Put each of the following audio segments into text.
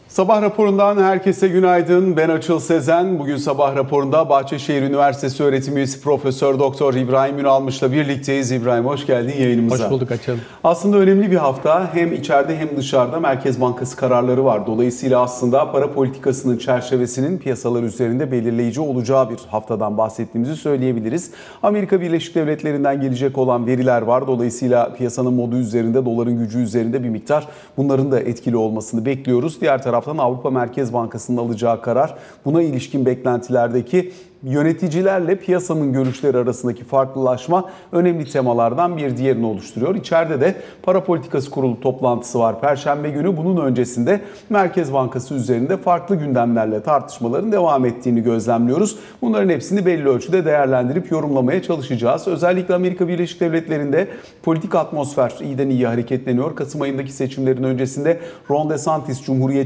Sabah raporundan herkese günaydın. Ben Açıl Sezen. Bugün sabah raporunda Bahçeşehir Üniversitesi öğretim üyesi Profesör Doktor İbrahim Ünalmış'la birlikteyiz. İbrahim hoş geldin yayınımıza. Hoş bulduk Açıl. Aslında önemli bir hafta. Hem içeride hem dışarıda Merkez Bankası kararları var. Dolayısıyla aslında para politikasının çerçevesinin piyasalar üzerinde belirleyici olacağı bir haftadan bahsettiğimizi söyleyebiliriz. Amerika Birleşik Devletleri'nden gelecek olan veriler var. Dolayısıyla piyasanın modu üzerinde, doların gücü üzerinde bir miktar bunların da etkili olmasını bekliyoruz. Diğer taraftan Avrupa Merkez Bankası'nın alacağı karar, buna ilişkin beklentilerdeki yöneticilerle piyasanın görüşleri arasındaki farklılaşma önemli temalardan bir diğerini oluşturuyor. İçeride de Para Politikası Kurulu toplantısı var Perşembe günü. Bunun öncesinde Merkez Bankası üzerinde farklı gündemlerle tartışmaların devam ettiğini gözlemliyoruz. Bunların hepsini belli ölçüde değerlendirip yorumlamaya çalışacağız. Özellikle Amerika Birleşik Devletleri'nde politik atmosfer iyiden iyiye hareketleniyor. Kasım ayındaki seçimlerin öncesinde Ron DeSantis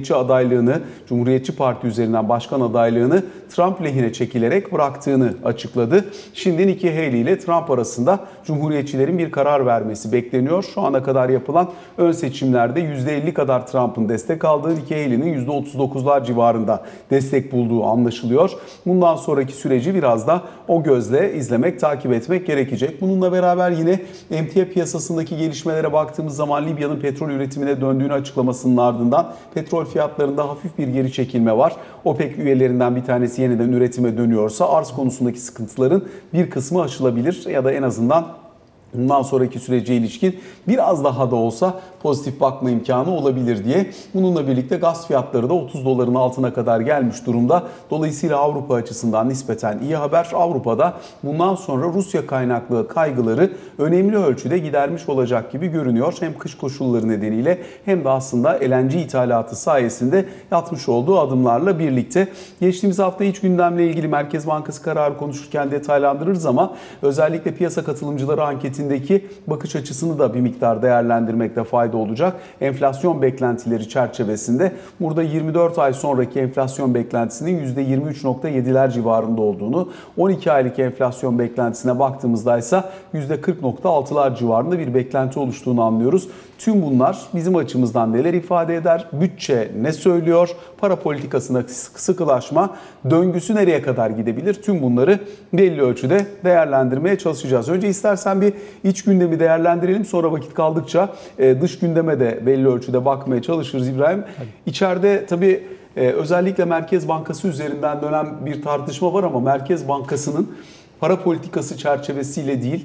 Cumhuriyetçi Parti üzerinden başkan adaylığını Trump lehine çekilerek bıraktığını açıkladı. Şimdi Nikki Haley ile Trump arasında Cumhuriyetçilerin bir karar vermesi bekleniyor. Şu ana kadar yapılan ön seçimlerde %50 kadar Trump'ın destek aldığı, Nikki Haley'nin %39'lar civarında destek bulduğu anlaşılıyor. Bundan sonraki süreci biraz da o gözle izlemek, takip etmek gerekecek. Bununla beraber yine emtia piyasasındaki gelişmelere baktığımız zaman Libya'nın petrol üretimine döndüğünü açıklamasının ardından petrol fiyatlarında hafif bir geri çekilme var. OPEC üyelerinden bir tanesi yeniden üretime dönüyorsa arz konusundaki sıkıntıların bir kısmı aşılabilir ya da en azından bundan sonraki sürece ilişkin biraz daha da olsa pozitif bakma imkanı olabilir diye. Bununla birlikte gaz fiyatları da 30 doların altına kadar gelmiş durumda. Dolayısıyla Avrupa açısından nispeten iyi haber. Avrupa'da bundan sonra Rusya kaynaklı kaygıları önemli ölçüde gidermiş olacak gibi görünüyor. Hem kış koşulları nedeniyle hem de aslında LNG ithalatı sayesinde atmış olduğu adımlarla birlikte. Geçtiğimiz hafta iç gündemle ilgili Merkez Bankası kararı konuşurken detaylandırırız ama özellikle piyasa katılımcıları anketindeki bakış açısını da bir miktar değerlendirmekte fayda olacak. Enflasyon beklentileri çerçevesinde burada 24 ay sonraki enflasyon beklentisinin %23.7'ler civarında olduğunu, 12 aylık enflasyon beklentisine baktığımızda ise %40.6'lar civarında bir beklenti oluştuğunu anlıyoruz. Tüm bunlar bizim açımızdan neler ifade eder? Bütçe ne söylüyor? Para politikasında sıkılaşma döngüsü nereye kadar gidebilir? Tüm bunları belli ölçüde değerlendirmeye çalışacağız. Önce istersen bir iç gündemi değerlendirelim. Sonra vakit kaldıkça dış gündeme de belli ölçüde bakmaya çalışırız İbrahim. İçeride tabii özellikle Merkez Bankası üzerinden dönen bir tartışma var ama Merkez Bankası'nın para politikası çerçevesiyle değil,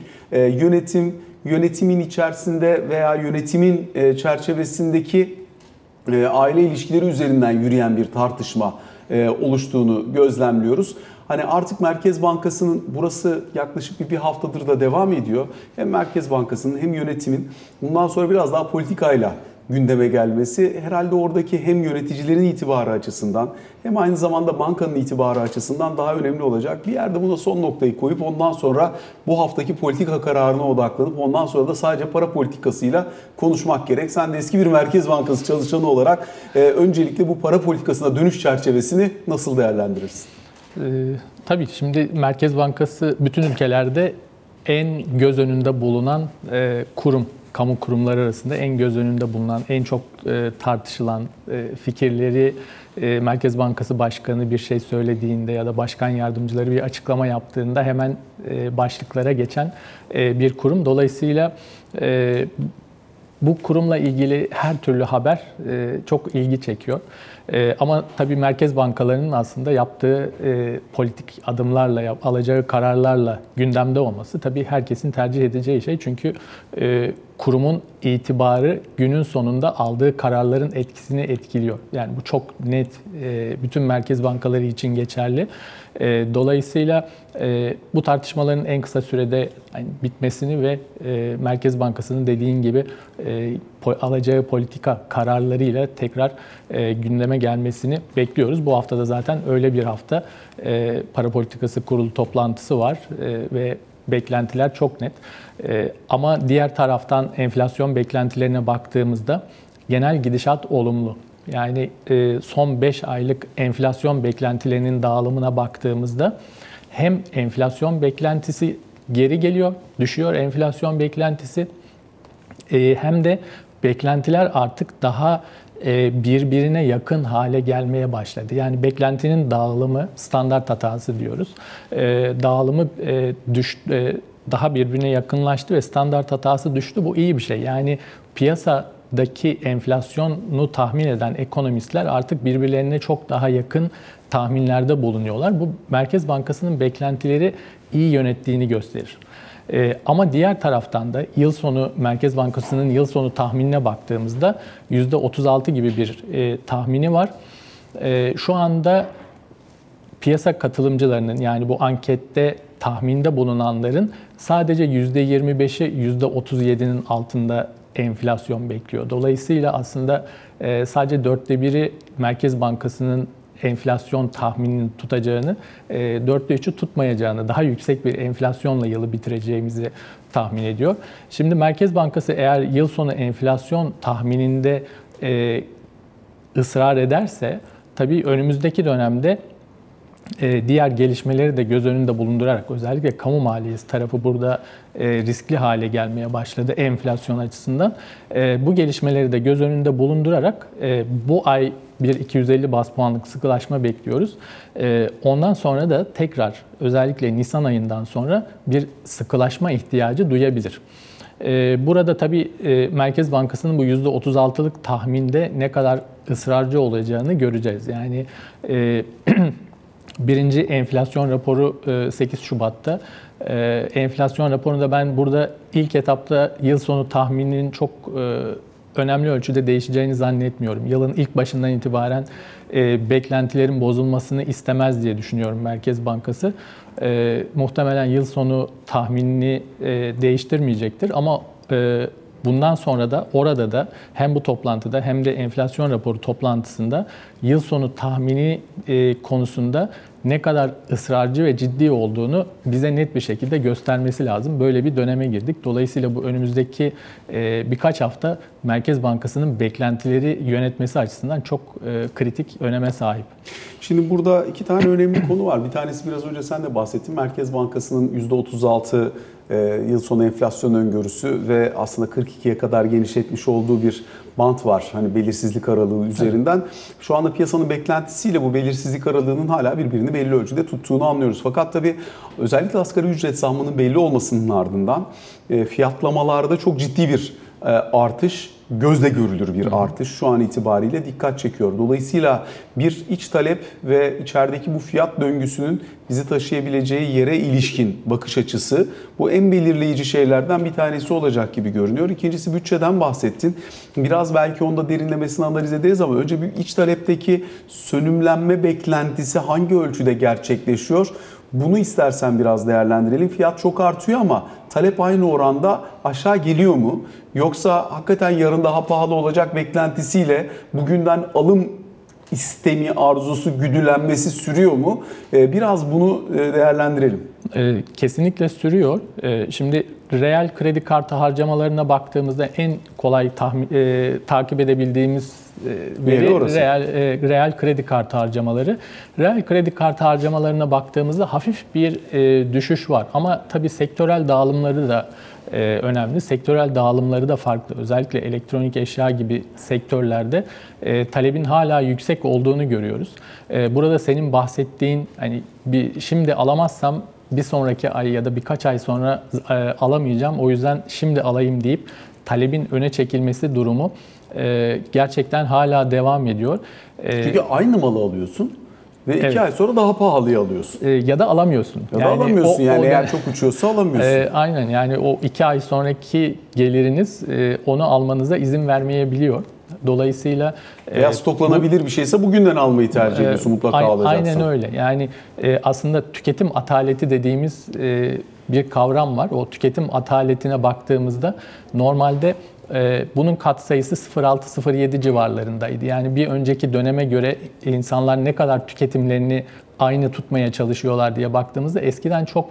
yönetimin içerisinde veya yönetimin çerçevesindeki aile ilişkileri üzerinden yürüyen bir tartışma oluştuğunu gözlemliyoruz. Hani artık Merkez Bankası'nın burası yaklaşık bir haftadır da devam ediyor. Hem Merkez Bankası'nın hem yönetimin bundan sonra biraz daha politikayla gündeme gelmesi herhalde oradaki hem yöneticilerin itibarı açısından hem aynı zamanda bankanın itibarı açısından daha önemli olacak. Bir yerde buna son noktayı koyup ondan sonra bu haftaki politika kararına odaklanıp ondan sonra da sadece para politikasıyla konuşmak gerek. Sen de eski bir Merkez Bankası çalışanı olarak öncelikle bu para politikasına dönüş çerçevesini nasıl değerlendirirsin? Tabii şimdi Merkez Bankası bütün ülkelerde en göz önünde bulunan kurum. Kamu kurumları arasında en göz önünde bulunan, en çok tartışılan fikirleri Merkez Bankası Başkanı bir şey söylediğinde ya da başkan yardımcıları bir açıklama yaptığında hemen başlıklara geçen bir kurum. Dolayısıyla bu kurumla ilgili her türlü haber çok ilgi çekiyor. Ama tabii merkez bankalarının aslında yaptığı politik adımlarla, alacağı kararlarla gündemde olması tabii herkesin tercih edeceği şey. Çünkü kurumun itibarı günün sonunda aldığı kararların etkisini etkiliyor. Yani bu çok net, bütün merkez bankaları için geçerli. Dolayısıyla bu tartışmaların en kısa sürede bitmesini ve Merkez Bankası'nın dediğin gibi alacağı politika kararlarıyla tekrar gündeme gelmesini bekliyoruz. Bu hafta da zaten öyle bir hafta. Para Politikası Kurulu toplantısı var ve beklentiler çok net. Ama diğer taraftan enflasyon beklentilerine baktığımızda genel gidişat olumlu. Yani son 5 aylık enflasyon beklentilerinin dağılımına baktığımızda hem enflasyon beklentisi geri geliyor, düşüyor enflasyon beklentisi, hem de beklentiler artık daha birbirine yakın hale gelmeye başladı. Yani beklentinin dağılımı, standart hatası diyoruz. Dağılımı daha birbirine yakınlaştı ve standart hatası düştü. Bu iyi bir şey. Yani piyasadaki enflasyonu tahmin eden ekonomistler artık birbirlerine çok daha yakın tahminlerde bulunuyorlar. Bu Merkez Bankası'nın beklentileri iyi yönettiğini gösterir. Ama diğer taraftan da yıl sonu Merkez Bankası'nın yıl sonu tahminine baktığımızda %36 gibi bir tahmini var. Şu anda piyasa katılımcılarının, yani bu ankette tahminde bulunanların sadece %25'i %37'nin altında enflasyon bekliyor. Dolayısıyla aslında sadece 1/4'ü Merkez Bankası'nın enflasyon tahminini tutacağını, 3'ü tutmayacağını, daha yüksek bir enflasyonla yılı bitireceğimizi tahmin ediyor. Şimdi Merkez Bankası eğer yıl sonu enflasyon tahmininde ısrar ederse, tabii önümüzdeki dönemde diğer gelişmeleri de göz önünde bulundurarak, özellikle kamu maliyesi tarafı burada riskli hale gelmeye başladı enflasyon açısından. Bu gelişmeleri de göz önünde bulundurarak bu ay bir 250 baz puanlık sıkılaşma bekliyoruz. Ondan sonra da tekrar, özellikle Nisan ayından sonra bir sıkılaşma ihtiyacı duyabilir. Burada tabii Merkez Bankası'nın bu %36'lık tahminde ne kadar ısrarcı olacağını göreceğiz. Yani birinci enflasyon raporu 8 Şubat'ta. Enflasyon raporunda ben burada ilk etapta yıl sonu tahmininin çok önemli ölçüde değişeceğini zannetmiyorum. Yılın ilk başından itibaren beklentilerin bozulmasını istemez diye düşünüyorum Merkez Bankası. Muhtemelen yıl sonu tahminini değiştirmeyecektir ama bundan sonra da orada da hem bu toplantıda hem de enflasyon raporu toplantısında yıl sonu tahmini konusunda ne kadar ısrarcı ve ciddi olduğunu bize net bir şekilde göstermesi lazım. Böyle bir döneme girdik. Dolayısıyla bu önümüzdeki birkaç hafta Merkez Bankası'nın beklentileri yönetmesi açısından çok kritik öneme sahip. Şimdi burada iki tane önemli konu var. Bir tanesi biraz önce sen de bahsettin. Merkez Bankası'nın %36 yıl sonu enflasyon öngörüsü ve aslında 42'ye kadar genişletmiş olduğu bir bant var. Hani belirsizlik aralığı üzerinden. Evet. Şu anda piyasanın beklentisiyle bu belirsizlik aralığının hala birbirini belli ölçüde tuttuğunu anlıyoruz. Fakat tabii özellikle asgari ücret zammının belli olmasının ardından fiyatlamalarda çok ciddi bir artış, gözle görülür bir artış şu an itibariyle dikkat çekiyor. Dolayısıyla bir iç talep ve içerideki bu fiyat döngüsünün bizi taşıyabileceği yere ilişkin bakış açısı bu en belirleyici şeylerden bir tanesi olacak gibi görünüyor. İkincisi, bütçeden bahsettin. Biraz belki onda derinlemesine analiz ederiz ama önce bir iç talepteki sönümlenme beklentisi hangi ölçüde gerçekleşiyor? Bunu istersen biraz değerlendirelim. Fiyat çok artıyor ama talep aynı oranda aşağı geliyor mu? Yoksa hakikaten yarın daha pahalı olacak beklentisiyle bugünden alım istemi, arzusu, güdülenmesi sürüyor mu? Biraz bunu değerlendirelim. Kesinlikle sürüyor. Şimdi reel kredi kartı harcamalarına baktığımızda en kolay takip edebildiğimiz veri reel kredi kartı harcamaları. Reel kredi kartı harcamalarına baktığımızda hafif bir düşüş var. Ama tabii sektörel dağılımları da önemli. Sektörel dağılımları da farklı. Özellikle elektronik eşya gibi sektörlerde talebin hala yüksek olduğunu görüyoruz. Burada senin bahsettiğin, hani şimdi alamazsam bir sonraki ay ya da birkaç ay sonra alamayacağım, o yüzden şimdi alayım deyip talebin öne çekilmesi durumu gerçekten hala devam ediyor. Çünkü aynı malı alıyorsun ve 2 ay sonra daha pahalıya alıyorsun. Ya da alamıyorsun. Ya da alamıyorsun eğer çok uçuyorsa alamıyorsun. Aynen, yani o 2 ay sonraki geliriniz onu almanıza izin vermeyebiliyor. Dolayısıyla veya stoklanabilir bir şeyse bugünden almayı tercih ediyorsun mutlaka alacaksan. Aynen öyle. Yani aslında tüketim ataleti dediğimiz bir kavram var. O tüketim ataletine baktığımızda normalde bunun katsayısı 0,6-0,7 civarlarındaydı. Yani bir önceki döneme göre insanlar ne kadar tüketimlerini aynı tutmaya çalışıyorlar diye baktığımızda eskiden çok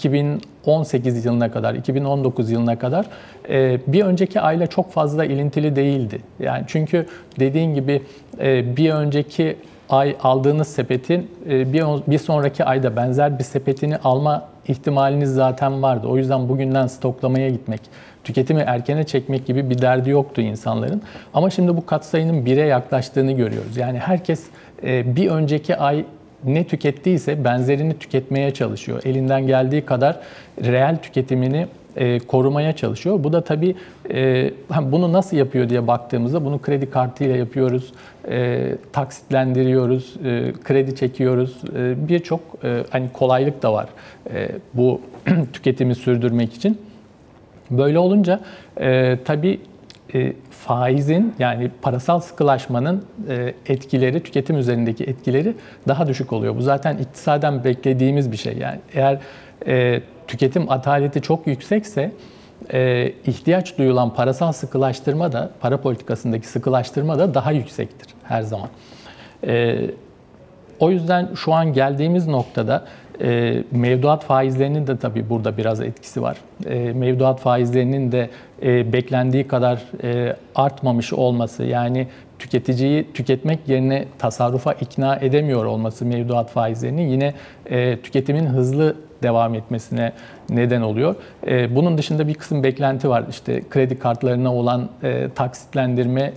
2018 yılına kadar, 2019 yılına kadar bir önceki ayla çok fazla ilintili değildi. Yani çünkü dediğin gibi bir önceki ay aldığınız sepetin bir sonraki ayda benzer bir sepetini alma ihtimaliniz zaten vardı. O yüzden bugünden stoklamaya gitmek tüketimi erkene çekmek gibi bir derdi yoktu insanların. Ama şimdi bu katsayının 1'e yaklaştığını görüyoruz. Yani herkes bir önceki ay ne tükettiyse benzerini tüketmeye çalışıyor. Elinden geldiği kadar reel tüketimini korumaya çalışıyor. Bu da tabii bunu nasıl yapıyor diye baktığımızda bunu kredi kartıyla yapıyoruz, taksitlendiriyoruz, kredi çekiyoruz. Birçok hani kolaylık da var bu tüketimi sürdürmek için. Böyle olunca tabii faizin yani parasal sıkılaşmanın etkileri, tüketim üzerindeki etkileri daha düşük oluyor. Bu zaten iktisaden beklediğimiz bir şey. Yani eğer tüketim ataleti çok yüksekse ihtiyaç duyulan parasal sıkılaştırma da, para politikasındaki sıkılaştırma da daha yüksektir her zaman. O yüzden şu an geldiğimiz noktada mevduat faizlerinin de tabii burada biraz etkisi var. Mevduat faizlerinin de beklendiği kadar artmamış olması, yani tüketiciyi tüketmek yerine tasarrufa ikna edemiyor olması mevduat faizlerinin yine tüketimin hızlı devam etmesine neden oluyor. Bunun dışında bir kısım beklenti var. İşte kredi kartlarına olan taksitlendirme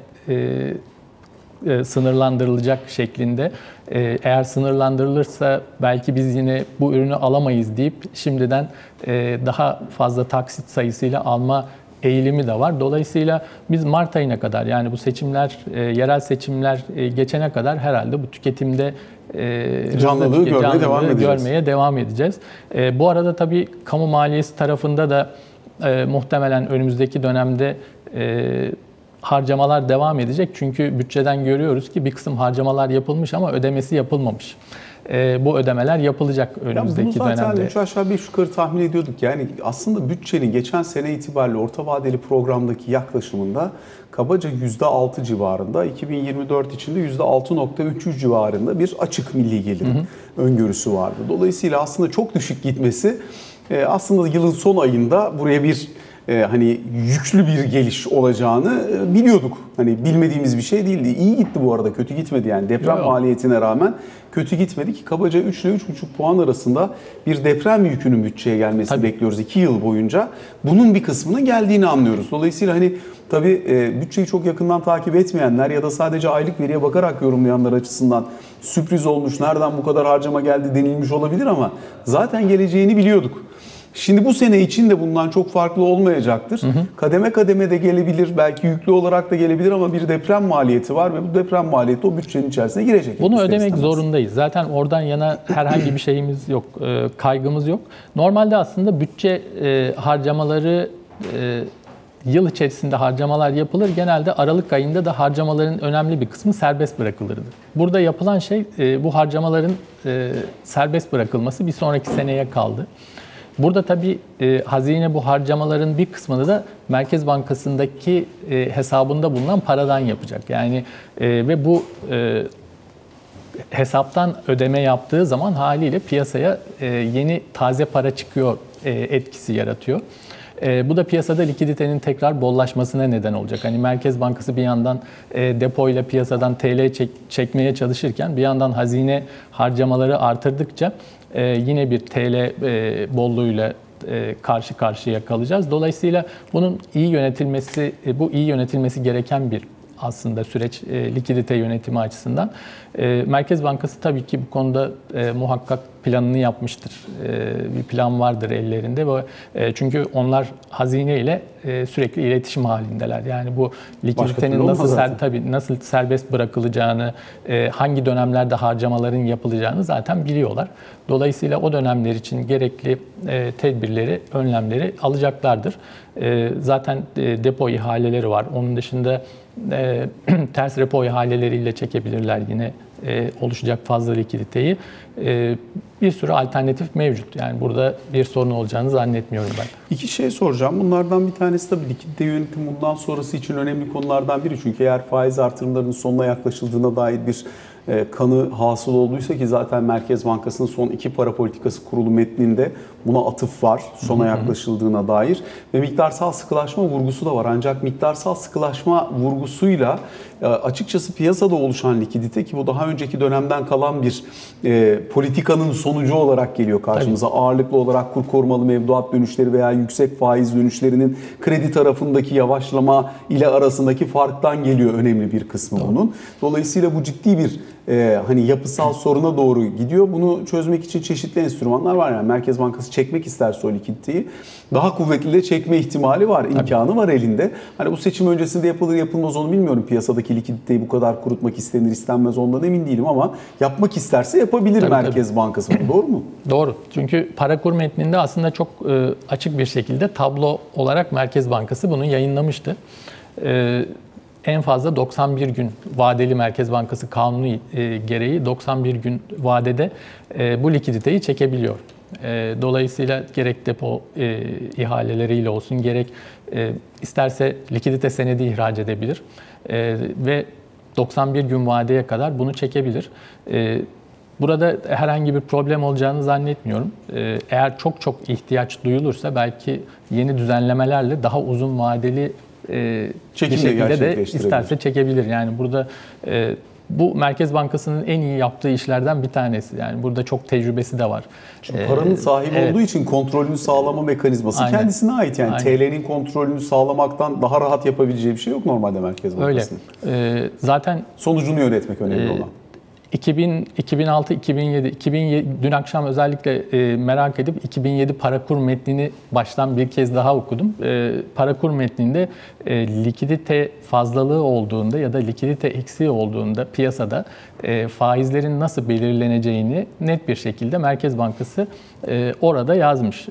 sınırlandırılacak şeklinde. Eğer sınırlandırılırsa belki biz yine bu ürünü alamayız deyip şimdiden daha fazla taksit sayısıyla alma eğilimi de var. Dolayısıyla biz Mart ayına kadar, yani bu seçimler, yerel seçimler geçene kadar herhalde bu tüketimde canlılığı görmeye devam edeceğiz. Bu arada tabii kamu maliyesi tarafında da muhtemelen önümüzdeki dönemde harcamalar devam edecek. Çünkü bütçeden görüyoruz ki bir kısım harcamalar yapılmış ama ödemesi yapılmamış. Bu ödemeler yapılacak önümüzdeki dönemde. Bunu zaten 3 aşağı 5 yukarı tahmin ediyorduk. Yani aslında bütçenin geçen sene itibariyle orta vadeli programdaki yaklaşımında kabaca %6 civarında, 2024 için de %6.3 civarında bir açık milli gelirin öngörüsü vardı. Dolayısıyla aslında çok düşük gitmesi aslında yılın son ayında buraya bir hani yüklü bir geliş olacağını biliyorduk. Hani bilmediğimiz bir şey değildi. İyi gitti bu arada, kötü gitmedi yani. Deprem maliyetine rağmen kötü gitmedi ki kabaca 3 ile 3,5 puan arasında bir deprem yükünün bütçeye gelmesini bekliyoruz 2 yıl boyunca. Bunun bir kısmının geldiğini anlıyoruz. Dolayısıyla hani tabii bütçeyi çok yakından takip etmeyenler ya da sadece aylık veriye bakarak yorumlayanlar açısından sürpriz olmuş, nereden bu kadar harcama geldi denilmiş olabilir ama zaten geleceğini biliyorduk. Şimdi bu sene için de bundan çok farklı olmayacaktır. Kademe kademe de gelebilir, belki yüklü olarak da gelebilir ama bir deprem maliyeti var ve bu deprem maliyeti o bütçenin içerisine girecek. Bunu ödemek zorundayız. Zaten oradan yana herhangi bir şeyimiz yok, kaygımız yok. Normalde aslında bütçe harcamaları yıl içerisinde harcamalar yapılır. Genelde Aralık ayında da harcamaların önemli bir kısmı serbest bırakılırdı. Burada yapılan şey bu harcamaların serbest bırakılması bir sonraki seneye kaldı. Burada tabii hazine bu harcamaların bir kısmını da Merkez Bankası'ndaki hesabında bulunan paradan yapacak. Yani ve bu hesaptan ödeme yaptığı zaman haliyle piyasaya yeni taze para çıkıyor etkisi yaratıyor. Bu da piyasada likiditenin tekrar bollaşmasına neden olacak. Hani Merkez Bankası bir yandan depoyla piyasadan TL çekmeye çalışırken bir yandan hazine harcamaları artırdıkça yine bir TL bolluğuyla karşı karşıya kalacağız. Dolayısıyla bunun iyi yönetilmesi, bu iyi yönetilmesi gereken bir aslında süreç likidite yönetimi açısından. Merkez Bankası tabii ki bu konuda muhakkak planını yapmıştır. Bir plan vardır ellerinde. Çünkü onlar hazine ile sürekli iletişim halindeler. Yani bu likiditenin nasıl serbest bırakılacağını, hangi dönemlerde harcamaların yapılacağını zaten biliyorlar. Dolayısıyla o dönemler için gerekli tedbirleri, önlemleri alacaklardır. Zaten depo ihaleleri var. Onun dışında ters repo ihaleleriyle çekebilirler yine oluşacak fazla likiditeyi. Bir sürü alternatif mevcut. Yani burada bir sorun olacağını zannetmiyorum ben. İki şey soracağım. Bunlardan bir tanesi tabii likidite yönetimi bundan sonrası için önemli konulardan biri. Çünkü eğer faiz artırımlarının sonuna yaklaşıldığına dair bir kanı hasıl olduysa, ki zaten Merkez Bankası'nın son 2 para politikası kurulu metninde buna atıf var sona yaklaşıldığına dair ve miktarsal sıkılaşma vurgusu da var. Ancak miktarsal sıkılaşma vurgusuyla açıkçası piyasada oluşan likidite, ki bu daha önceki dönemden kalan bir politikanın sonucu olarak geliyor karşımıza. Tabii. Ağırlıklı olarak kur korumalı mevduat dönüşleri veya yüksek faiz dönüşlerinin kredi tarafındaki yavaşlama ile arasındaki farktan geliyor önemli bir kısmı bunun. Dolayısıyla bu ciddi bir hani yapısal soruna doğru gidiyor. Bunu çözmek için çeşitli enstrümanlar var. Yani Merkez Bankası çekmek isterse o likiditeyi daha kuvvetli de çekme ihtimali var, imkanı var elinde. Hani bu seçim öncesinde yapılır yapılmaz onu bilmiyorum. Piyasadaki likiditeyi bu kadar kurutmak istenir istenmez ondan emin değilim ama yapmak isterse yapabilir Merkez Bankası. Doğru mu? Doğru. Çünkü para kur metninde aslında çok açık bir şekilde tablo olarak Merkez Bankası bunu yayınlamıştı. En fazla 91 gün vadeli Merkez Bankası kanunu gereği 91 gün vadede bu likiditeyi çekebiliyor. Dolayısıyla gerek depo ihaleleriyle olsun, gerek isterse likidite senedi ihraç edebilir ve 91 gün vadeye kadar bunu çekebilir. Burada herhangi bir problem olacağını zannetmiyorum. Eğer çok ihtiyaç duyulursa belki yeni düzenlemelerle daha uzun vadeli bir şekilde de isterse çekebilir. Yani burada bu Merkez Bankası'nın en iyi yaptığı işlerden bir tanesi. Yani burada çok tecrübesi de var. Çünkü paranın sahibi olduğu için kontrolünü sağlama mekanizması kendisine ait. Yani TL'nin kontrolünü sağlamaktan daha rahat yapabileceği bir şey yok normalde Merkez Bankası'nın. Öyle. Zaten sonucunu yönetmek önemli olan. 2006, 2007, dün akşam özellikle merak edip 2007 para kur metnini baştan bir kez daha okudum. Para kur metninde likidite fazlalığı olduğunda ya da likidite eksiği olduğunda piyasada faizlerin nasıl belirleneceğini net bir şekilde Merkez Bankası orada yazmış.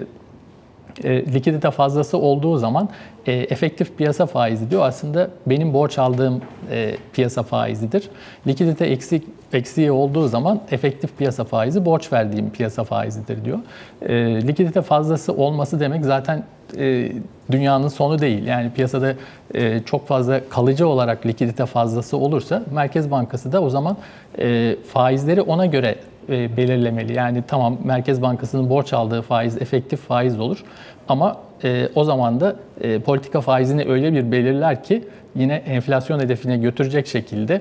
Likidite fazlası olduğu zaman efektif piyasa faizi diyor. Aslında benim borç aldığım piyasa faizidir. Likidite eksiği olduğu zaman efektif piyasa faizi borç verdiğim piyasa faizidir diyor. Likidite fazlası olması demek zaten dünyanın sonu değil. Yani piyasada çok fazla kalıcı olarak likidite fazlası olursa Merkez Bankası da o zaman faizleri ona göre belirlemeli. Yani tamam, Merkez Bankası'nın borç aldığı faiz efektif faiz olur ama o zaman da politika faizini öyle bir belirler ki yine enflasyon hedefine götürecek şekilde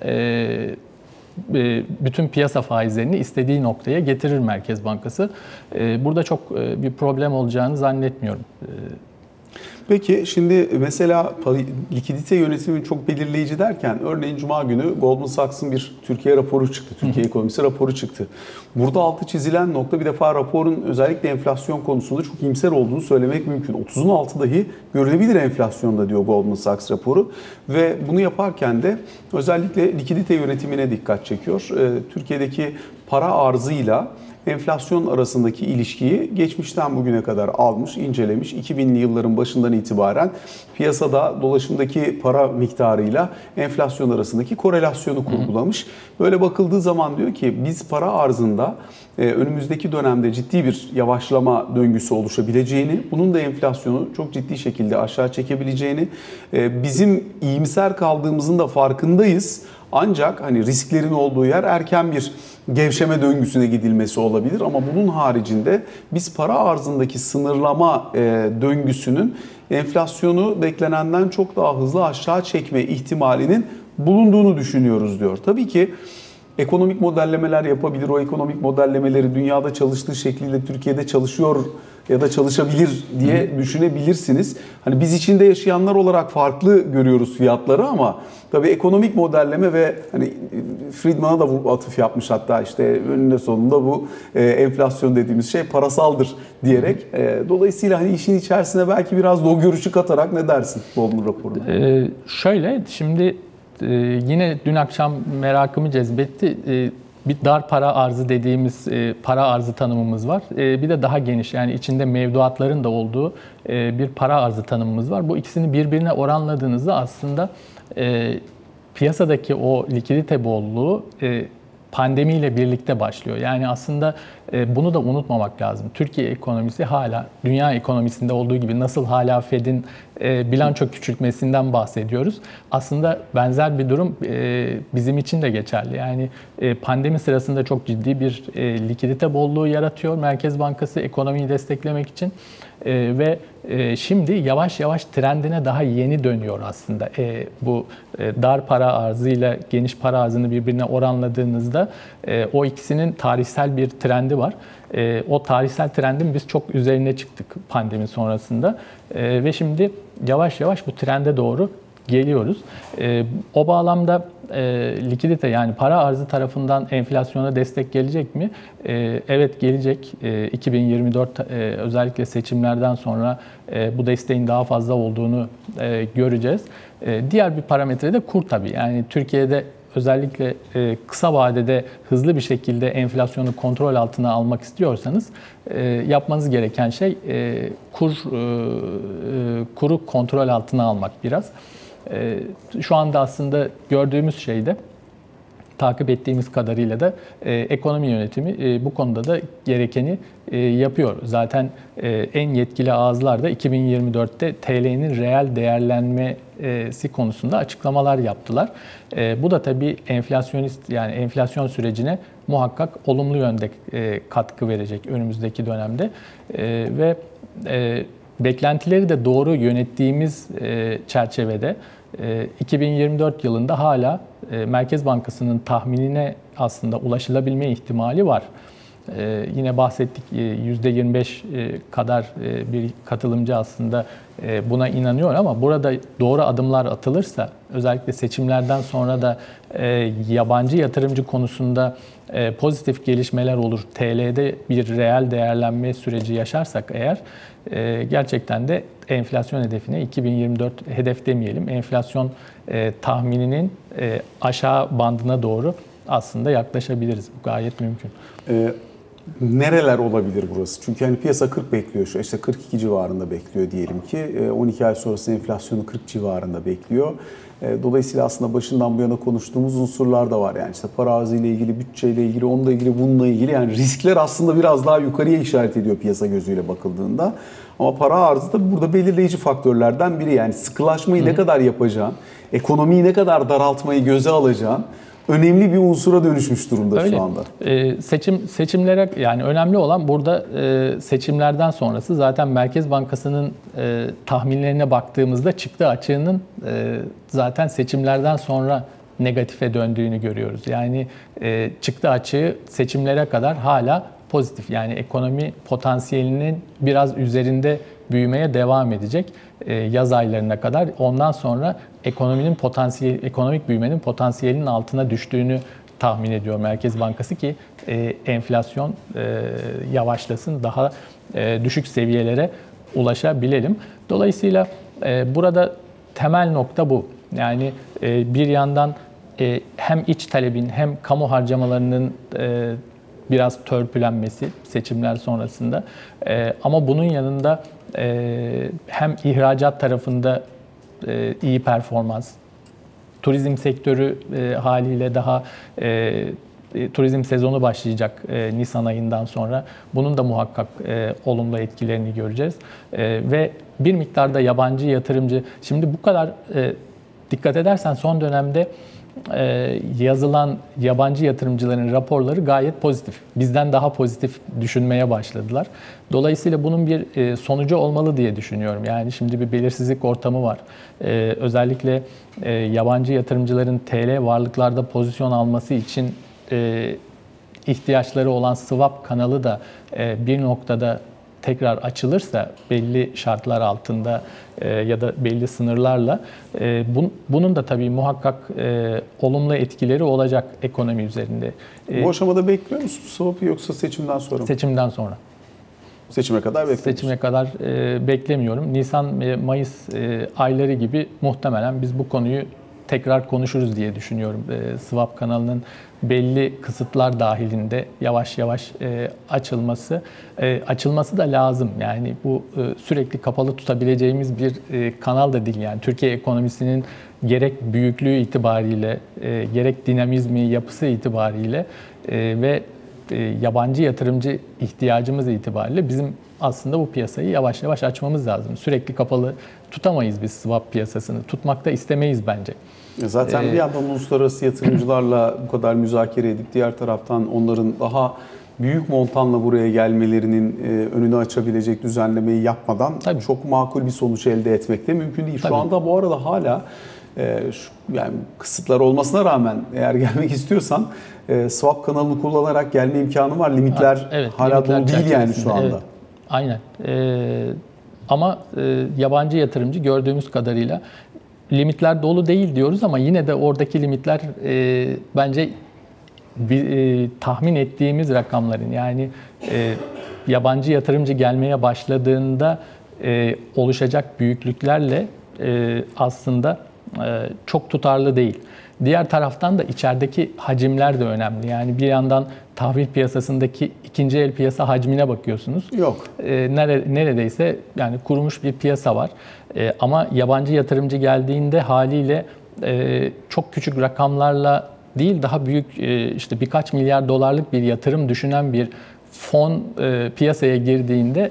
bütün piyasa faizlerini istediği noktaya getirir Merkez Bankası. Burada çok bir problem olacağını zannetmiyorum. Peki şimdi mesela likidite yönetimi çok belirleyici derken örneğin Cuma günü Goldman Sachs'ın bir Türkiye raporu çıktı. Türkiye ekonomisi raporu çıktı. Burada altı çizilen nokta, bir defa raporun özellikle enflasyon konusunda çok iyimser olduğunu söylemek mümkün. 30'un altı dahi görülebilir enflasyonda diyor Goldman Sachs raporu. Ve bunu yaparken de özellikle likidite yönetimine dikkat çekiyor. Türkiye'deki para arzıyla enflasyon arasındaki ilişkiyi geçmişten bugüne kadar almış, incelemiş. 2000'li yılların başından itibaren piyasada dolaşımdaki para miktarıyla enflasyon arasındaki korelasyonu kurgulamış. Böyle bakıldığı zaman diyor ki biz para arzında önümüzdeki dönemde ciddi bir yavaşlama döngüsü oluşabileceğini, bunun da enflasyonu çok ciddi şekilde aşağı çekebileceğini, bizim iyimser kaldığımızın da farkındayız. Ancak hani risklerin olduğu yer erken bir gevşeme döngüsüne gidilmesi olabilir ama bunun haricinde biz para arzındaki sınırlama döngüsünün enflasyonu beklenenden çok daha hızlı aşağı çekme ihtimalinin bulunduğunu düşünüyoruz diyor. Tabii ki ekonomik modellemeler yapabilir. O ekonomik modellemeleri dünyada çalıştığı şekliyle Türkiye'de çalışıyor ya da çalışabilir diye düşünebilirsiniz. Hani biz içinde yaşayanlar olarak farklı görüyoruz fiyatları ama tabii ekonomik modelleme ve hani Friedman'a da atıf yapmış, hatta işte önünde sonunda bu enflasyon dediğimiz şey parasaldır diyerek. Dolayısıyla hani işin içerisine belki biraz da o görüşü katarak ne dersin Goldman raporuna? Şöyle, şimdi yine dün akşam merakımı cezbetti. Bir dar para arzı dediğimiz para arzı tanımımız var. Bir de daha geniş, yani içinde mevduatların da olduğu bir para arzı tanımımız var. Bu ikisini birbirine oranladığınızda aslında piyasadaki o likidite bolluğu pandemiyle birlikte başlıyor. Yani aslında bunu da unutmamak lazım. Türkiye ekonomisi hala dünya ekonomisinde olduğu gibi nasıl hala Fed'in bilanço küçültmesinden bahsediyoruz. Aslında benzer bir durum bizim için de geçerli. Yani pandemi sırasında çok ciddi bir likidite bolluğu yaratıyor Merkez Bankası ekonomiyi desteklemek için. Ve şimdi yavaş yavaş trendine daha yeni dönüyor aslında. Bu dar para arzıyla geniş para arzını birbirine oranladığınızda o ikisinin tarihsel bir trendi var. O tarihsel trendin biz çok üzerine çıktık pandemi sonrasında. Ve şimdi yavaş yavaş bu trende doğru geliyoruz. O bağlamda likidite yani para arzı tarafından enflasyona destek gelecek mi? Evet gelecek. 2024 özellikle seçimlerden sonra bu desteğin daha fazla olduğunu göreceğiz. Diğer bir parametre de kur tabii. Yani Türkiye'de özellikle kısa vadede hızlı bir şekilde enflasyonu kontrol altına almak istiyorsanız yapmanız gereken şey kuru kontrol altına almak biraz. Şu anda aslında gördüğümüz şey de takip ettiğimiz kadarıyla da ekonomi yönetimi bu konuda da gerekeni yapıyor. Zaten en yetkili ağızlar da 2024'te TL'nin reel değerlenmesi konusunda açıklamalar yaptılar. Bu da tabii enflasyonist yani enflasyon sürecine muhakkak olumlu yönde katkı verecek önümüzdeki dönemde ve beklentileri de doğru yönettiğimiz çerçevede 2024 yılında hala Merkez Bankası'nın tahminine aslında ulaşılabilme ihtimali var. Yine bahsettik %25 kadar bir katılımcı aslında buna inanıyor ama burada doğru adımlar atılırsa özellikle seçimlerden sonra da yabancı yatırımcı konusunda pozitif gelişmeler olur. TL'de bir reel değerlenme süreci yaşarsak eğer gerçekten de enflasyon hedefine 2024 hedef demeyelim. Enflasyon tahmininin aşağı bandına doğru aslında yaklaşabiliriz. Bu gayet mümkün. Nereler olabilir burası? Çünkü hani piyasa 40 bekliyor şu, işte 42 civarında bekliyor diyelim ki. 12 ay sonrası enflasyonu 40 civarında bekliyor. Dolayısıyla aslında başından bu yana konuştuğumuz unsurlar da var. Yani işte para arzıyla ilgili, bütçeyle ilgili, onunla ilgili, bununla ilgili. Yani riskler aslında biraz daha yukarıya işaret ediyor piyasa gözüyle bakıldığında. Ama para arzı da burada belirleyici faktörlerden biri. Yani sıkılaşmayı ne kadar yapacağın, ekonomiyi ne kadar daraltmayı göze alacağın önemli bir unsura dönüşmüş durumda öyle. Şu anda. Seçimlere yani önemli olan burada seçimlerden sonrası zaten Merkez Bankası'nın tahminlerine baktığımızda çıktı açığının zaten seçimlerden sonra negatife döndüğünü görüyoruz. Yani çıktı açığı seçimlere kadar hala pozitif. Yani ekonomi potansiyelinin biraz üzerinde büyümeye devam edecek yaz aylarına kadar. Ondan sonra ekonomik büyümenin potansiyelinin altına düştüğünü tahmin ediyor Merkez Bankası ki enflasyon yavaşlasın, daha düşük seviyelere ulaşabilelim. Dolayısıyla burada temel nokta bu. Yani bir yandan hem iç talebin hem kamu harcamalarının biraz törpülenmesi seçimler sonrasında ama bunun yanında hem ihracat tarafında iyi performans, turizm sektörü haliyle daha turizm sezonu başlayacak Nisan ayından sonra. Bunun da muhakkak olumlu etkilerini göreceğiz. Ve bir miktarda yabancı yatırımcı, şimdi bu kadar dikkat edersen son dönemde yazılan yabancı yatırımcıların raporları gayet pozitif. Bizden daha pozitif düşünmeye başladılar. Dolayısıyla bunun bir sonucu olmalı diye düşünüyorum. Yani şimdi bir belirsizlik ortamı var. Özellikle yabancı yatırımcıların TL varlıklarda pozisyon alması için ihtiyaçları olan swap kanalı da bir noktada tekrar açılırsa belli şartlar altında ya da belli sınırlarla bunun da tabii muhakkak olumlu etkileri olacak ekonomi üzerinde. Bu aşamada bekliyor musun swap'ı yoksa seçimden sonra mı? Seçimden sonra. Seçime kadar bekliyorsun. Seçime kadar beklemiyorum. Nisan ve Mayıs ayları gibi muhtemelen biz bu konuyu tekrar konuşuruz diye düşünüyorum. Swap kanalının belli kısıtlar dahilinde yavaş yavaş açılması da lazım. Yani bu sürekli kapalı tutabileceğimiz bir kanal da değil. Yani Türkiye ekonomisinin gerek büyüklüğü itibariyle, gerek dinamizmi, yapısı itibariyle ve yabancı yatırımcı ihtiyacımız itibariyle bizim aslında bu piyasayı yavaş yavaş açmamız lazım. Sürekli kapalı tutamayız biz swap piyasasını. Tutmak da istemeyiz bence. Zaten bir yandan uluslararası yatırımcılarla bu kadar müzakere edip diğer taraftan onların daha büyük montanla buraya gelmelerinin önünü açabilecek düzenlemeyi yapmadan çok makul bir sonuç elde etmek de mümkün değil. Şu anda bu arada hala yani kısıtlar olmasına rağmen eğer gelmek istiyorsan swap kanalını kullanarak gelme imkanı var. Limitler hala dolu değil yani şu anda. Evet, aynen. Ama yabancı yatırımcı gördüğümüz kadarıyla limitler dolu değil diyoruz ama yine de oradaki limitler bence tahmin ettiğimiz rakamların, yani yabancı yatırımcı gelmeye başladığında oluşacak büyüklüklerle aslında çok tutarlı değil. Diğer taraftan da içerideki hacimler de önemli. Yani bir yandan tahvil piyasasındaki ikinci el piyasa hacmine bakıyorsunuz. Yok. Neredeyse yani kurumuş bir piyasa var. Ama yabancı yatırımcı geldiğinde haliyle çok küçük rakamlarla değil, daha büyük, işte birkaç milyar dolarlık bir yatırım düşünen bir fon piyasaya girdiğinde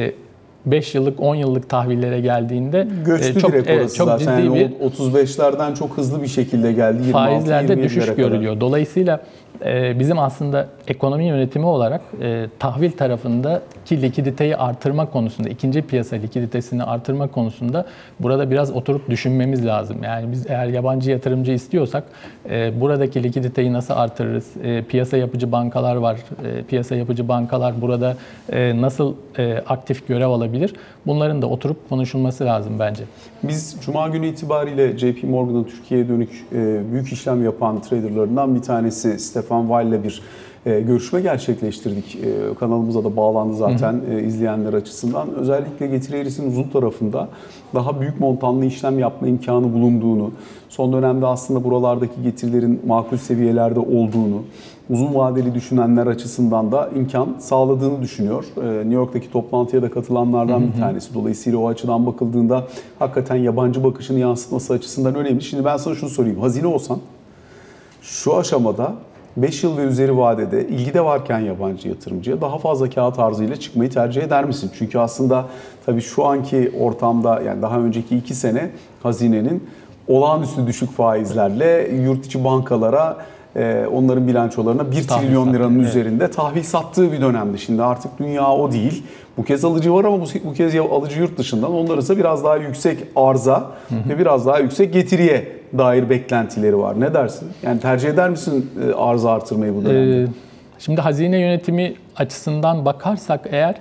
5 yıllık, 10 yıllık tahvillere geldiğinde göçtü çok, direkt orası çok zaten. ciddi Yani bir 35'lerden çok hızlı bir şekilde geldi. faizlerde düşüş görülüyor. Dolayısıyla bizim aslında ekonomi yönetimi olarak tahvil tarafındaki likiditeyi artırma konusunda, ikinci piyasa likiditesini artırma konusunda burada biraz oturup düşünmemiz lazım. Yani biz eğer yabancı yatırımcı istiyorsak buradaki likiditeyi nasıl artırırız? Piyasa yapıcı bankalar var. Piyasa yapıcı bankalar burada nasıl aktif görev alabilir? Bunların da oturup konuşulması lazım bence. Biz Cuma günü itibariyle JP Morgan'ın Türkiye'ye dönük büyük işlem yapan traderlarından bir tanesi Stefan Weil ile bir görüşme gerçekleştirdik. Kanalımıza da bağlandı zaten izleyenler açısından. Özellikle getiri eğrisinin uzun tarafında daha büyük montanlı işlem yapma imkanı bulunduğunu, son dönemde aslında buralardaki getirilerin makul seviyelerde olduğunu, uzun vadeli düşünenler açısından da imkan sağladığını düşünüyor. New York'taki toplantıya da katılanlardan bir tanesi. Dolayısıyla o açıdan bakıldığında hakikaten yabancı bakışını yansıtması açısından önemli. Şimdi ben sana şunu sorayım. Hazine olsan şu aşamada 5 yıl ve üzeri vadede ilgi de varken yabancı yatırımcıya daha fazla kağıt arzıyla çıkmayı tercih eder misin? Çünkü aslında tabii şu anki ortamda, yani daha önceki 2 sene hazinenin olağanüstü düşük faizlerle yurt içi bankalara, onların bilançolarına 1 trilyon liranın üzerinde tahvil sattığı bir dönemdi. Şimdi artık dünya o değil. Bu kez alıcı var ama bu kez alıcı yurt dışından. Onlar ise biraz daha yüksek arza ve biraz daha yüksek getiriye dair beklentileri var. Ne dersin? Yani tercih eder misin arza artırmayı bu dönemde? Şimdi hazine yönetimi açısından bakarsak eğer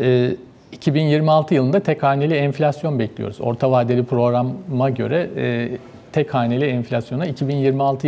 2026 yılında tek haneli enflasyon bekliyoruz. Orta vadeli programa göre tek haneli enflasyona 2026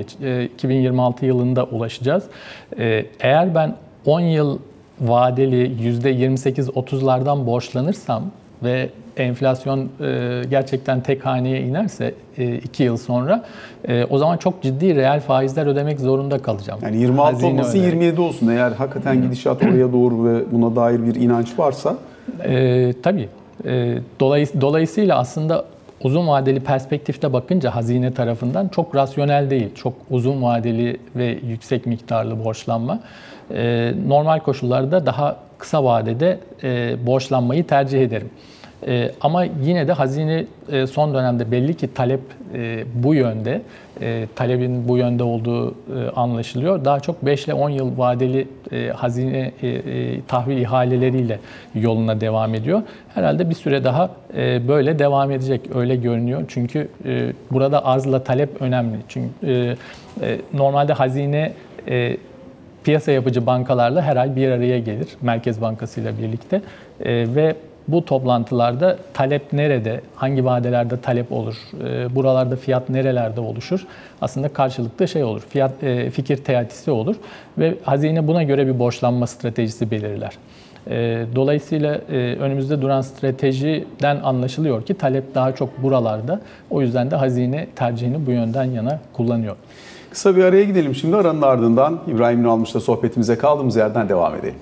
yılında ulaşacağız. Eğer ben 10 yıl vadeli %28-30'lardan borçlanırsam ve enflasyon gerçekten tek haneye inerse 2 yıl sonra o zaman çok ciddi reel faizler ödemek zorunda kalacağım. Yani 26 olmasın, 27 olsun. Eğer hakikaten gidişat oraya doğru ve buna dair bir inanç varsa. Tabii. Dolayısıyla aslında uzun vadeli perspektifte bakınca hazine tarafından çok rasyonel değil. Çok uzun vadeli ve yüksek miktarlı borçlanma. Normal koşullarda daha kısa vadede borçlanmayı tercih ederim. Ama yine de hazine son dönemde belli ki talep bu yönde, talebin bu yönde olduğu anlaşılıyor. Daha çok 5 ile 10 yıl vadeli hazine tahvil ihaleleriyle yoluna devam ediyor. Herhalde bir süre daha böyle devam edecek, öyle görünüyor. Çünkü burada arzla talep önemli. Çünkü normalde hazine piyasa yapıcı bankalarla her ay bir araya gelir, Merkez Bankası ile birlikte ve bu toplantılarda talep nerede, hangi vadelerde talep olur, buralarda fiyat nerelerde oluşur? Aslında karşılıklı şey olur, fikir teatisi olur ve hazine buna göre bir borçlanma stratejisi belirler. Dolayısıyla önümüzde duran stratejiden anlaşılıyor ki talep daha çok buralarda. O yüzden de hazine tercihini bu yönden yana kullanıyor. Kısa bir araya gidelim şimdi. Aranın ardından İbrahim Ünalmış'la sohbetimize kaldığımız yerden devam edelim.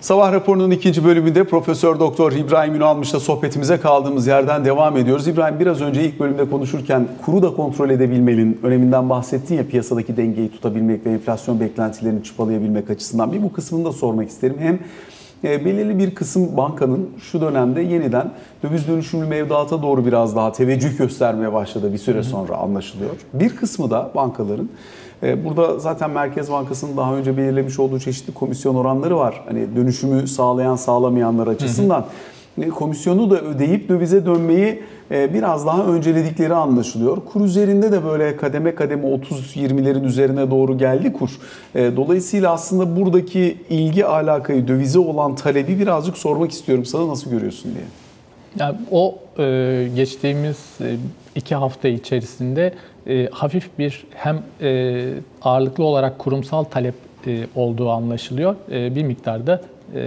Sabah raporunun ikinci bölümünde Profesör Doktor İbrahim Ünalmış'la sohbetimize kaldığımız yerden devam ediyoruz. İbrahim, biraz önce ilk bölümde konuşurken kuru da kontrol edebilmenin öneminden bahsettin ya, piyasadaki dengeyi tutabilmek ve enflasyon beklentilerini çıpalayabilmek açısından. Bir bu kısmını da sormak isterim. Hem belirli bir kısım bankanın şu dönemde yeniden döviz dönüşümlü mevduata doğru biraz daha teveccüh göstermeye başladı bir süre sonra anlaşılıyor. Bir kısmı da bankaların, burada zaten Merkez Bankası'nın daha önce belirlemiş olduğu çeşitli komisyon oranları var. Hani dönüşümü sağlayan sağlamayanlar açısından. Komisyonu da ödeyip dövize dönmeyi biraz daha önceledikleri anlaşılıyor. Kur üzerinde de böyle kademe kademe 30-20'lerin üzerine doğru geldi kur. Dolayısıyla aslında buradaki ilgi alakayı, dövize olan talebi birazcık sormak istiyorum sana, nasıl görüyorsun diye. Yani geçtiğimiz 2 hafta içerisinde hafif bir hem ağırlıklı olarak kurumsal talep olduğu anlaşılıyor. Bir miktarda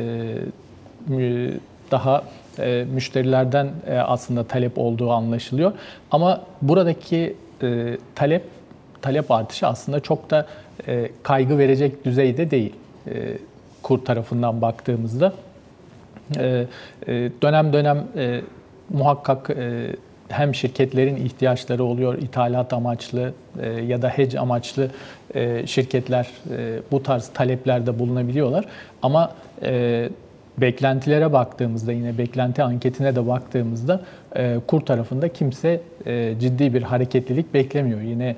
daha müşterilerden aslında talep olduğu anlaşılıyor. Ama buradaki talep artışı aslında çok da kaygı verecek düzeyde değil kur tarafından baktığımızda. Dönem dönem muhakkak hem şirketlerin ihtiyaçları oluyor, ithalat amaçlı ya da hedge amaçlı şirketler bu tarz taleplerde bulunabiliyorlar. Ama beklentilere baktığımızda, yine beklenti anketine de baktığımızda kur tarafında kimse ciddi bir hareketlilik beklemiyor. Yine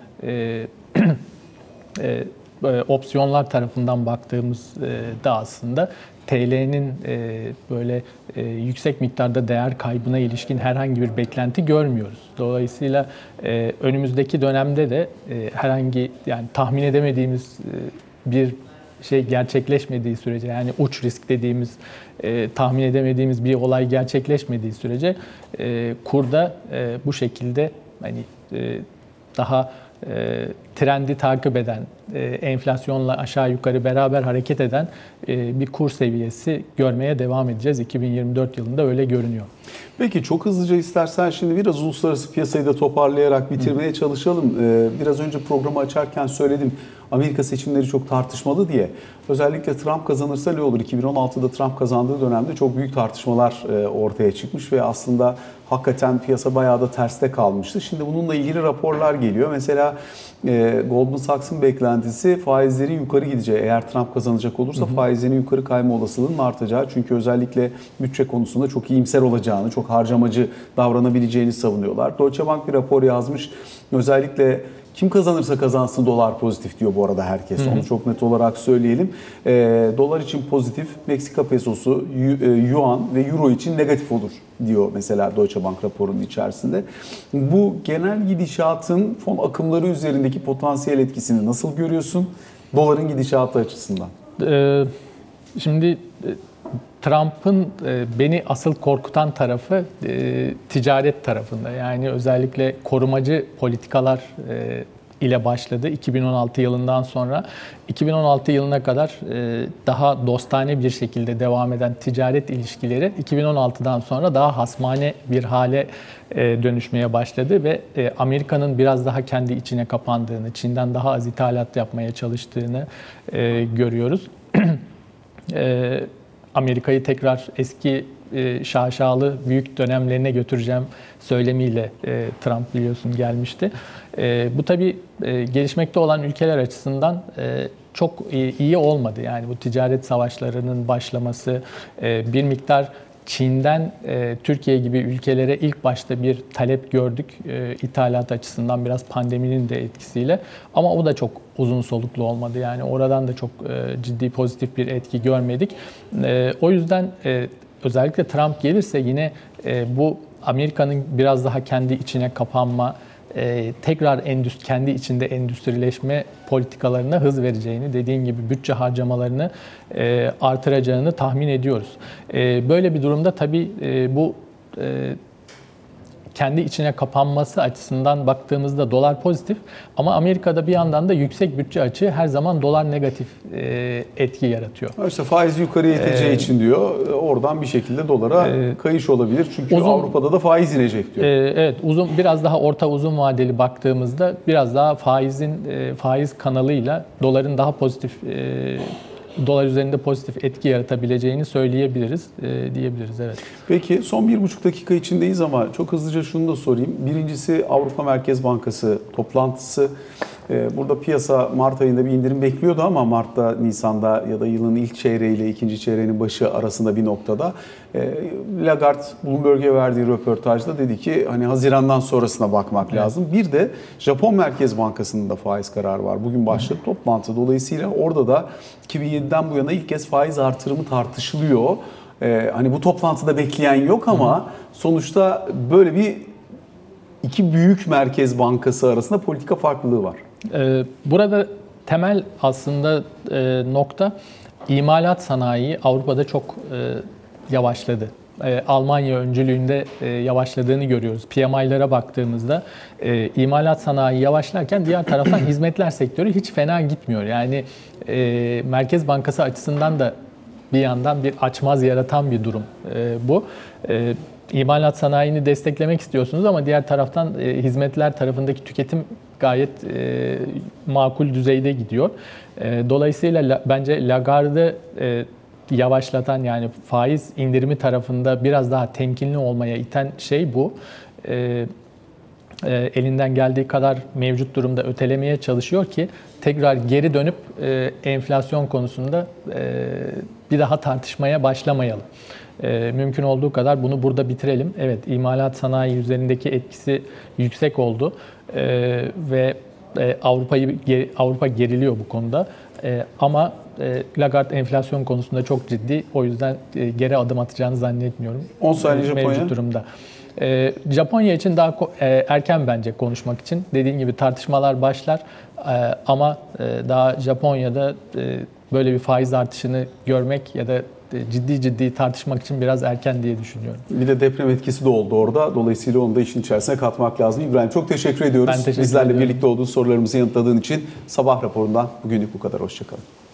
opsiyonlar tarafından baktığımızda aslında TL'nin böyle yüksek miktarda değer kaybına ilişkin herhangi bir beklenti görmüyoruz. Dolayısıyla önümüzdeki dönemde de herhangi, yani tahmin edemediğimiz bir şey gerçekleşmediği sürece, yani uç risk dediğimiz tahmin edemediğimiz bir olay gerçekleşmediği sürece kurda bu şekilde hani daha trendi takip eden, enflasyonla aşağı yukarı beraber hareket eden bir kur seviyesi görmeye devam edeceğiz. 2024 yılında öyle görünüyor. Peki, çok hızlıca istersen şimdi biraz uluslararası piyasayı da toparlayarak bitirmeye çalışalım. Biraz önce programı açarken söyledim, Amerika seçimleri çok tartışmalı diye. Özellikle Trump kazanırsa ne olur? 2016'da Trump kazandığı dönemde çok büyük tartışmalar ortaya çıkmış ve aslında hakikaten piyasa bayağı da terste kalmıştı. Şimdi bununla ilgili raporlar geliyor. Mesela Goldman Sachs'ın beklentisi faizlerin yukarı gideceği. Eğer Trump kazanacak olursa faizlerin yukarı kayma olasılığının artacağı. Çünkü özellikle bütçe konusunda çok iyimser olacağını, çok harcamacı davranabileceğini savunuyorlar. Deutsche Bank bir rapor yazmış. Özellikle kim kazanırsa kazansın dolar pozitif diyor bu arada herkes. Onu çok net olarak söyleyelim. Dolar için pozitif, Meksika pesosu, yuan ve euro için negatif olur diyor mesela Deutsche Bank raporunun içerisinde. Bu genel gidişatın fon akımları üzerindeki potansiyel etkisini nasıl görüyorsun doların gidişatı açısından? Şimdi Trump'ın beni asıl korkutan tarafı ticaret tarafında. Yani özellikle korumacı politikalar ile başladı 2016 yılından sonra. 2016 yılına kadar daha dostane bir şekilde devam eden ticaret ilişkileri 2016'dan sonra daha hasmane bir hale dönüşmeye başladı ve Amerika'nın biraz daha kendi içine kapandığını, Çin'den daha az ithalat yapmaya çalıştığını görüyoruz. Amerika'yı tekrar eski şaşalı büyük dönemlerine götüreceğim söylemiyle Trump biliyorsun gelmişti. Bu tabii gelişmekte olan ülkeler açısından çok iyi olmadı. Yani bu ticaret savaşlarının başlaması, bir miktar Çin'den Türkiye gibi ülkelere ilk başta bir talep gördük ithalat açısından, biraz pandeminin de etkisiyle. Ama o da çok uzun soluklu olmadı. Yani oradan da çok ciddi pozitif bir etki görmedik. O yüzden özellikle Trump gelirse yine bu Amerika'nın biraz daha kendi içine kapanma, tekrar kendi içinde endüstrileşme politikalarına hız vereceğini, dediğin gibi bütçe harcamalarını artıracağını tahmin ediyoruz. Böyle bir durumda tabii bu kendi içine kapanması açısından baktığımızda dolar pozitif, ama Amerika'da bir yandan da yüksek bütçe açığı her zaman dolar negatif etki yaratıyor. İşte faiz yukarıya iteceği için diyor, oradan bir şekilde dolara kayış olabilir. Çünkü Avrupa'da da faiz inecek diyor. Evet, biraz daha orta uzun vadeli baktığımızda biraz daha faiz kanalıyla doların daha pozitif dolar üzerinde pozitif etki yaratabileceğini söyleyebiliriz, diyebiliriz. Evet. Peki son 1,5 dakika içindeyiz ama çok hızlıca şunu da sorayım. Birincisi Avrupa Merkez Bankası toplantısı. Burada piyasa Mart ayında bir indirim bekliyordu ama Mart'ta, Nisan'da ya da yılın ilk çeyreğiyle ikinci çeyreğinin başı arasında bir noktada Lagarde Bloomberg'e verdiği röportajda dedi ki hani Haziran'dan sonrasına bakmak lazım. Bir de Japon Merkez Bankası'nın da faiz kararı var. Bugün başladı toplantı. Dolayısıyla orada da 2007'den bu yana ilk kez faiz artırımı tartışılıyor. Hani bu toplantıda bekleyen yok ama sonuçta böyle bir iki büyük merkez bankası arasında politika farklılığı var. Burada temel aslında nokta imalat sanayi Avrupa'da çok yavaşladı. Almanya öncülüğünde yavaşladığını görüyoruz. PMI'lara baktığımızda imalat sanayi yavaşlarken diğer taraftan hizmetler sektörü hiç fena gitmiyor. Yani Merkez Bankası açısından da bir yandan bir açmaz yaratan bir durum bu. İmalat sanayini desteklemek istiyorsunuz ama diğer taraftan hizmetler tarafındaki tüketim gayet makul düzeyde gidiyor. Dolayısıyla bence Lagarde'ı yavaşlatan, yani faiz indirimi tarafında biraz daha temkinli olmaya iten şey bu. Elinden geldiği kadar mevcut durumda ötelemeye çalışıyor ki tekrar geri dönüp enflasyon konusunda bir daha tartışmaya başlamayalım. Mümkün olduğu kadar bunu burada bitirelim. Evet, imalat sanayi üzerindeki etkisi yüksek oldu ve Avrupa geriliyor bu konuda. Ama Lagarde enflasyon konusunda çok ciddi. O yüzden geri adım atacağını zannetmiyorum. 10 saniye Japonya. Mevcut durumda. Japonya için daha erken bence konuşmak için. Dediğim gibi tartışmalar başlar ama daha Japonya'da böyle bir faiz artışını görmek ya da ciddi tartışmak için biraz erken diye düşünüyorum. Bir de deprem etkisi de oldu orada. Dolayısıyla onu da işin içerisine katmak lazım. İbrahim, çok teşekkür ediyoruz. Ben teşekkür Bizlerle ediyorum. birlikte olduğun, sorularımızı yanıtladığın için. Sabah raporundan bugünlük bu kadar. Hoşça kalın.